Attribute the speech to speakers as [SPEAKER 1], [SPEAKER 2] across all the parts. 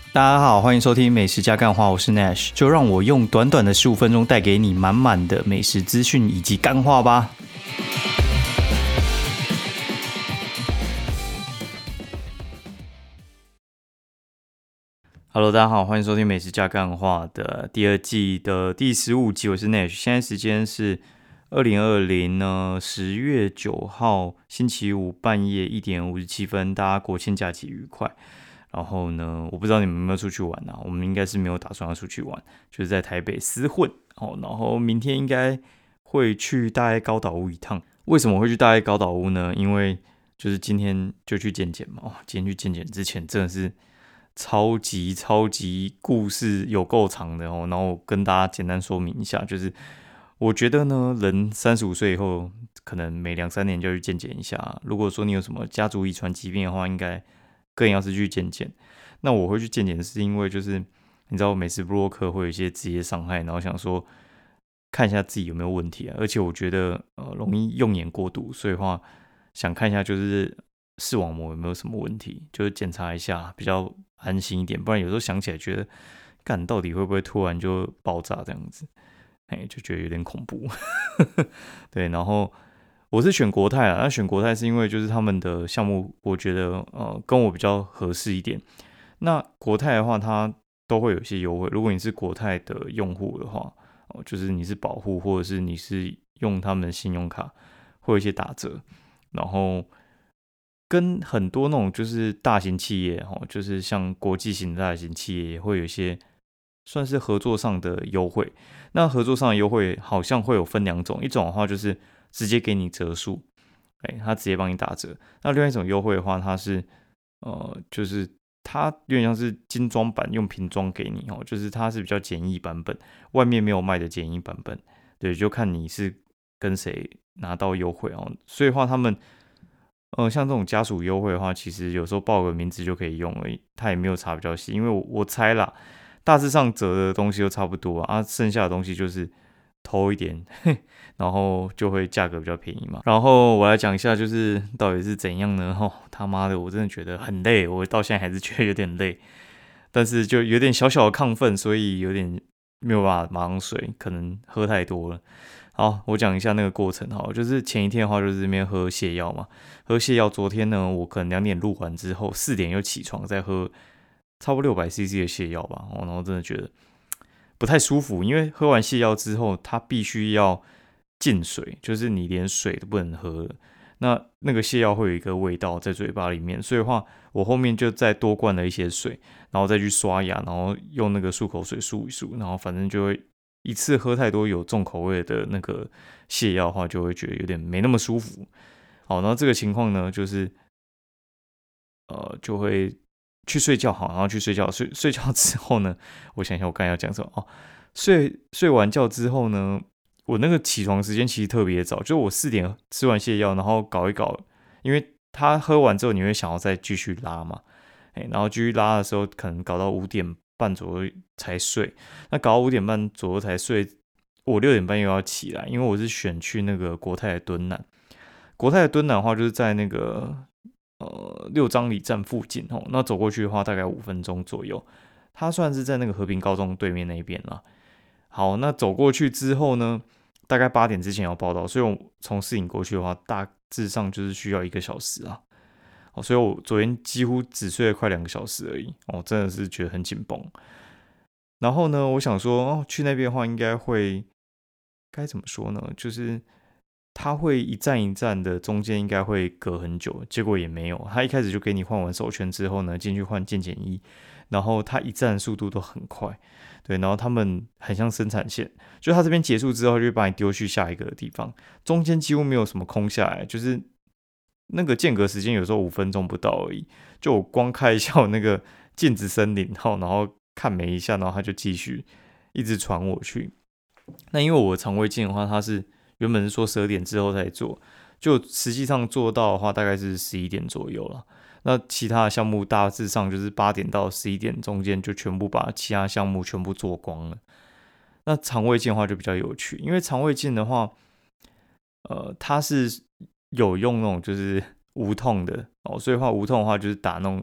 [SPEAKER 1] 大家好，欢迎收听美食加干话，我是 Nash， 就让我用短短的15分钟带给你满满的美食资讯以及干话吧。Hello， 大家好，欢迎收听美食加干话的第二季的第15集，我是 Nash， 现在时间是2020呢10月9号星期五半夜1点57分，大家国庆假期愉快。然后呢，我不知道你们有没有出去玩啊？我们应该是没有打算要出去玩，就是在台北厮混。然后明天应该会去大爱高岛屋一趟。为什么会去大爱高岛屋呢？因为就是今天就去健检嘛。今天去健检之前真的是超级故事有够长的然后我跟大家简单说明一下，就是我觉得呢，人35岁以后，可能每2-3年就要去健检一下。如果说你有什么家族遗传疾病的话，应该更要是去健检。那我会去健检是因为就是你知道美食部落客会有一些职业伤害，然后想说看一下自己有没有问题啊。而且我觉得容易用眼过度，所以的话想看一下就是视网膜有没有什么问题，就是检查一下比较安心一点。不然有时候想起来觉得干到底会不会突然就爆炸这样子，就觉得有点恐怖。对，然后我是选国泰啦，那选国泰是因为就是他们的项目，我觉得跟我比较合适一点。那国泰的话，它都会有一些优惠。如果你是国泰的用户的话，就是你是保户或者是你是用他们的信用卡，会有一些打折。然后跟很多那种就是大型企业，就是像国际型的大型企业，也会有一些算是合作上的优惠。那合作上的优惠好像会有分2种，一种的话就是直接给你折数，他直接帮你打折。那另外一种优惠的话，它是就是它有点像是精装版用瓶装给你就是它是比较简易版本，外面没有卖的简易版本。对，就看你是跟谁拿到优惠所以的话他们像这种家属优惠的话，其实有时候报个名字就可以用而已，他也没有查比较细，因为我猜啦，大致上折的东西都差不多剩下的东西就是偷一点，然后就会价格比较便宜嘛。然后我来讲一下，就是到底是怎样呢？他妈的，我真的觉得很累，我到现在还是觉得有点累，但是就有点小小的亢奋，所以有点没有办法马上睡，可能喝太多了。好，我讲一下那个过程就是前一天的话就是这边喝泻药嘛，喝泻药。昨天呢，我可能2点录完之后，4点又起床再喝差不多600cc 的泻药吧，然后真的觉得不太舒服，因为喝完泻药之后，它必须要进水，就是你连水都不能喝了。那个泻药会有一个味道在嘴巴里面，所以的话，我后面就再多灌了一些水，然后再去刷牙，然后用那个漱口水漱一漱，然后反正就会一次喝太多有重口味的那个泻药的话，就会觉得有点没那么舒服。好，然后这个情况呢，就是就会去睡觉，然后去睡觉。睡觉之后呢，我想一下我刚才要讲什么睡完觉之后呢，我那个起床时间其实特别早，就我4点吃完泻药，然后搞一搞，因为他喝完之后你会想要再继续拉嘛，然后继续拉的时候可能搞到5点半左右才睡，那搞到5点半左右才睡，我6点半又要起来，因为我是选去那个国泰的敦南。国泰的敦南的话，就是在那个六张里站附近那走过去的话大概5分钟左右，它算是在那个和平高中对面那一边啦。好，那走过去之后呢，大概8点之前要报到，所以我从市营过去的话，大致上就是需要1个小时啊。所以我昨天几乎只睡了快2个小时而已真的是觉得很紧绷。然后呢，我想说去那边的话，应该会该怎么说呢？就是他会一站一站的，中间应该会隔很久，结果也没有。他一开始就给你换完手圈之后呢，进去换健检衣，然后他一站的速度都很快，对，然后他们很像生产线，就他这边结束之后，就会把你丢去下一个地方，中间几乎没有什么空下来，就是那个间隔时间有时候5分钟不到而已。就我光看一下我那个镜子森林然后看没一下，然后他就继续一直传我去。那因为我肠胃镜的话，它是原本是说12点之后才做，就实际上做到的话大概是11点左右了。那其他的项目大致上就是8点到11点中间就全部把其他项目全部做光了。那肠胃镜的话就比较有趣，因为肠胃镜的话，它是有用那种就是无痛的所以的话无痛的话就是打那种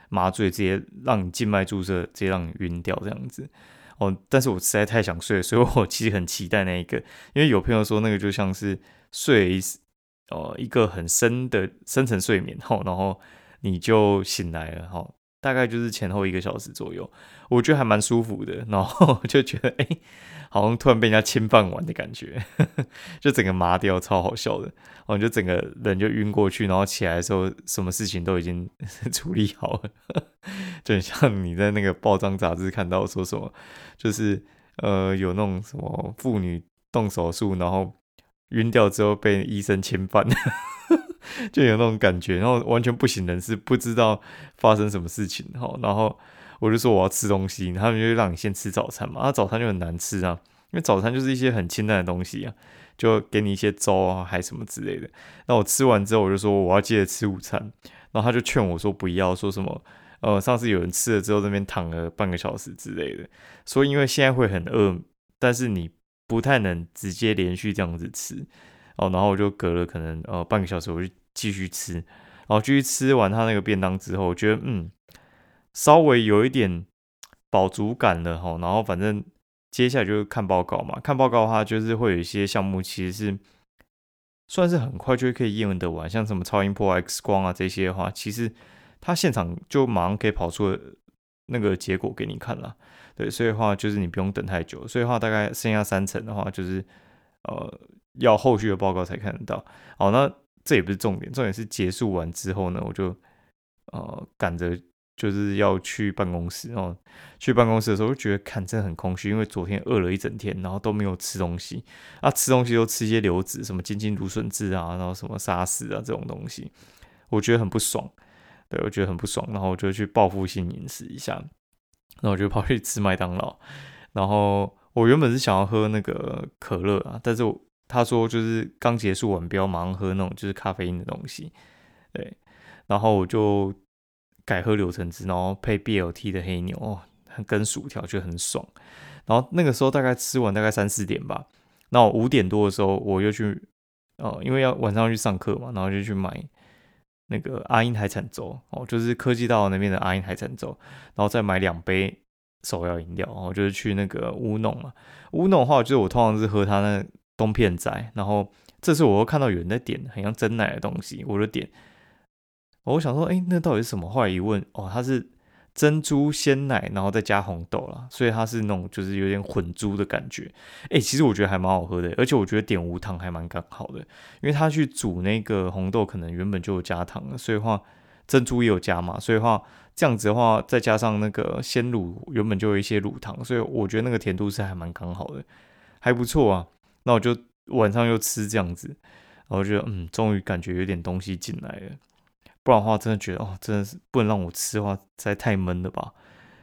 [SPEAKER 1] 麻醉，直接让你静脉注射，直接让你晕掉这样子。但是我实在太想睡了，所以我其实很期待那一个，因为有朋友说那个就像是睡一个很深的深层睡眠，然后你就醒来了，大概就是前后1个小时左右，我觉得还蛮舒服的，然后就觉得好像突然被人家侵犯完的感觉，就整个麻掉，超好笑的，你就整个人就晕过去，然后起来的时候，什么事情都已经处理好了，就很像你在那个报章杂志看到说什么，就是有那种什么妇女动手术，然后晕掉之后被医生侵犯。就有那种感觉，然后完全不省人事，不知道发生什么事情，然后我就说我要吃东西，他们就让你先吃早餐嘛，早餐就很难吃啊，因为早餐就是一些很清淡的东西啊，就给你一些粥啊，还什么之类的。那我吃完之后，我就说我要接着吃午餐，然后他就劝我说不要，说什么上次有人吃了之后那边躺了半个小时之类的，说因为现在会很饿，但是你不太能直接连续这样子吃。然后我就隔了可能半个小时，我就继续吃，然后继续吃完他那个便当之后，我觉得稍微有一点饱足感了然后反正接下来就是看报告嘛，看报告的话就是会有一些项目其实是算是很快就可以验证的完，像什么超音波、X 光啊这些的话，其实他现场就马上可以跑出那个结果给你看了。对，所以的话就是你不用等太久，所以的话大概剩下3成的话就是要后续的报告才看得到。好，那这也不是重点，重点是结束完之后呢，我就赶着就是要去办公室。去办公室的时候就觉得看真的很空虚，因为昨天饿了一整天，然后都没有吃东西吃东西都吃一些流质，什么金菁芦笋汁啊，然后什么沙士啊这种东西，我觉得很不爽。对，我觉得很不爽，然后我就去报复性饮食一下，然后我就跑去吃麦当劳，然后我原本是想要喝那个可乐啊，但是他说就是刚结束完不要马上喝那种就是咖啡因的东西，对，然后我就改喝柳橙汁，然后配 BLT 的黑牛跟薯条就很爽。然后那个时候大概吃完大概3-4点吧，那我5点多的时候我又去因为要晚上要去上课嘛，然后就去买那个阿英海产粥就是科技大楼那边的阿英海产粥，然后再买2杯手摇饮料，就是去那个乌弄嘛。乌弄的话，就是我通常是喝它那东片仔，然后这次我又看到有人在点很像珍奶的东西，我就点。我想说，那到底是什么？后来一问，它是珍珠鲜奶，然后再加红豆啦，所以它是那种就是有点混珠的感觉。其实我觉得还蛮好喝的，而且我觉得点无糖还蛮刚好的，因为它去煮那个红豆可能原本就有加糖了，所以的话珍珠也有加嘛，所以的话这样子的话再加上那个鲜乳原本就有一些乳糖，所以我觉得那个甜度是还蛮刚好的，还不错啊。那我就晚上又吃这样子，然后就终于感觉有点东西进来了。不然的话，真的觉得真的是不能让我吃的话，实在太闷了吧。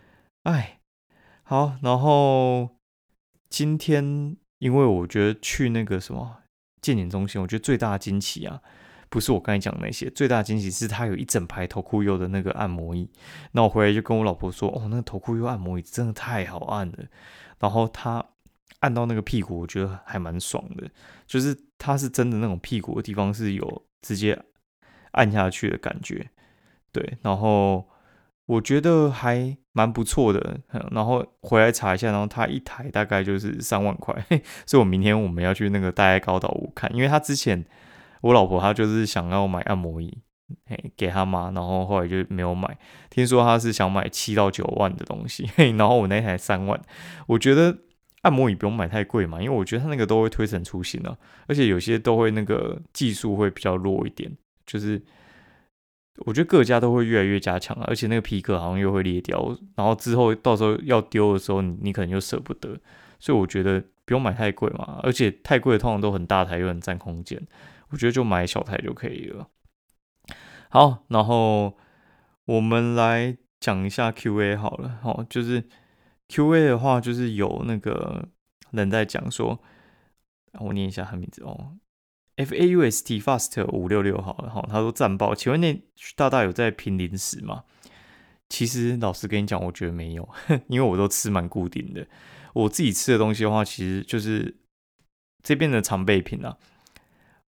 [SPEAKER 1] 好，然后今天因为我觉得去那个什么健检中心，我觉得最大的惊奇啊，不是我刚才讲的那些，最大的惊喜是它有一整排头箍优的那个按摩椅。那我回来就跟我老婆说，那个头箍优按摩椅真的太好按了。然后它按到那个屁股，我觉得还蛮爽的，就是它是真的那种屁股的地方是有直接按下去的感觉，对，然后我觉得还蛮不错的，然后回来查一下，然后它一台大概就是3万块，所以我明天我们要去那个大爱高岛屋看，因为他之前我老婆她就是想要买按摩椅，给她妈，然后后来就没有买，听说她是想买7到9万的东西，然后我那台3万，我觉得按摩椅不用买太贵嘛，因为我觉得它那个都会推陈出新啊，而且有些都会那个技术会比较弱一点。就是我觉得各家都会越来越加强而且那个皮革好像又会裂掉，然后之后到时候要丢的时候你可能又舍不得，所以我觉得不用买太贵嘛，而且太贵的通常都很大台又很占空间，我觉得就买小台就可以了。好，然后我们来讲一下 QA 好了，就是 QA 的话就是有那个人在讲说，我念一下他名字FAUST FAST 566好了他说战报，请问那大大有在评零食吗？其实老实跟你讲，我觉得没有，因为我都吃蛮固定的。我自己吃的东西的话，其实就是这边的常备品啊。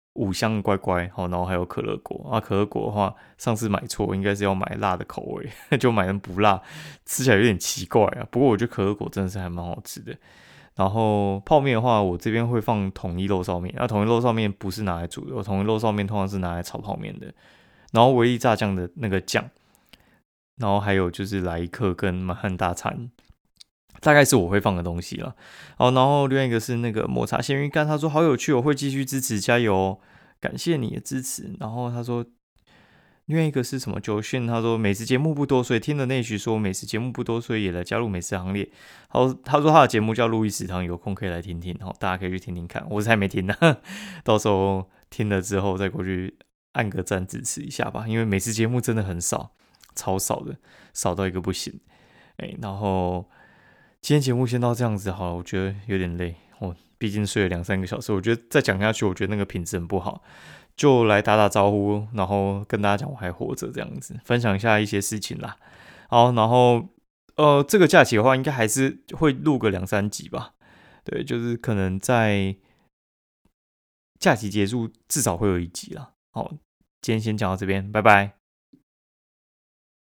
[SPEAKER 1] 五香乖乖，然后还有可乐果啊。可乐果的话，上次买错，应该是要买辣的口味，就买成不辣，吃起来有点奇怪啊。不过我觉得可乐果真的是还蛮好吃的。然后泡面的话，我这边会放统一肉臊面，那统一肉臊面不是拿来煮的，我统一肉臊面通常是拿来炒泡面的。然后维力炸酱的那个酱，然后还有就是来一克跟满汉大餐，大概是我会放的东西了。然后另外一个是那个抹茶鲜芋干，他说好有趣，我会继续支持，加油哦，感谢你的支持。然后他说另外一个是什么？九炫他说美食节目不多，所以听了内许说美食节目不多，所以也来加入美食行列。好，他说他的节目叫路易食堂，有空可以来听听，大家可以去听听看。我是还没听呢，到时候听了之后再过去按个赞支持一下吧，因为美食节目真的很少，超少的，少到一个不行。然后今天节目先到这样子好了，我觉得有点累，毕竟睡了2-3个小时，我觉得再讲下去，我觉得那个品质很不好。就来打打招呼，然后跟大家讲我还活着这样子，分享一下一些事情啦。好，然后这个假期的话，应该还是会录个2-3集吧。对，就是可能在假期结束至少会有1集啦。好，今天先讲到这边，拜拜。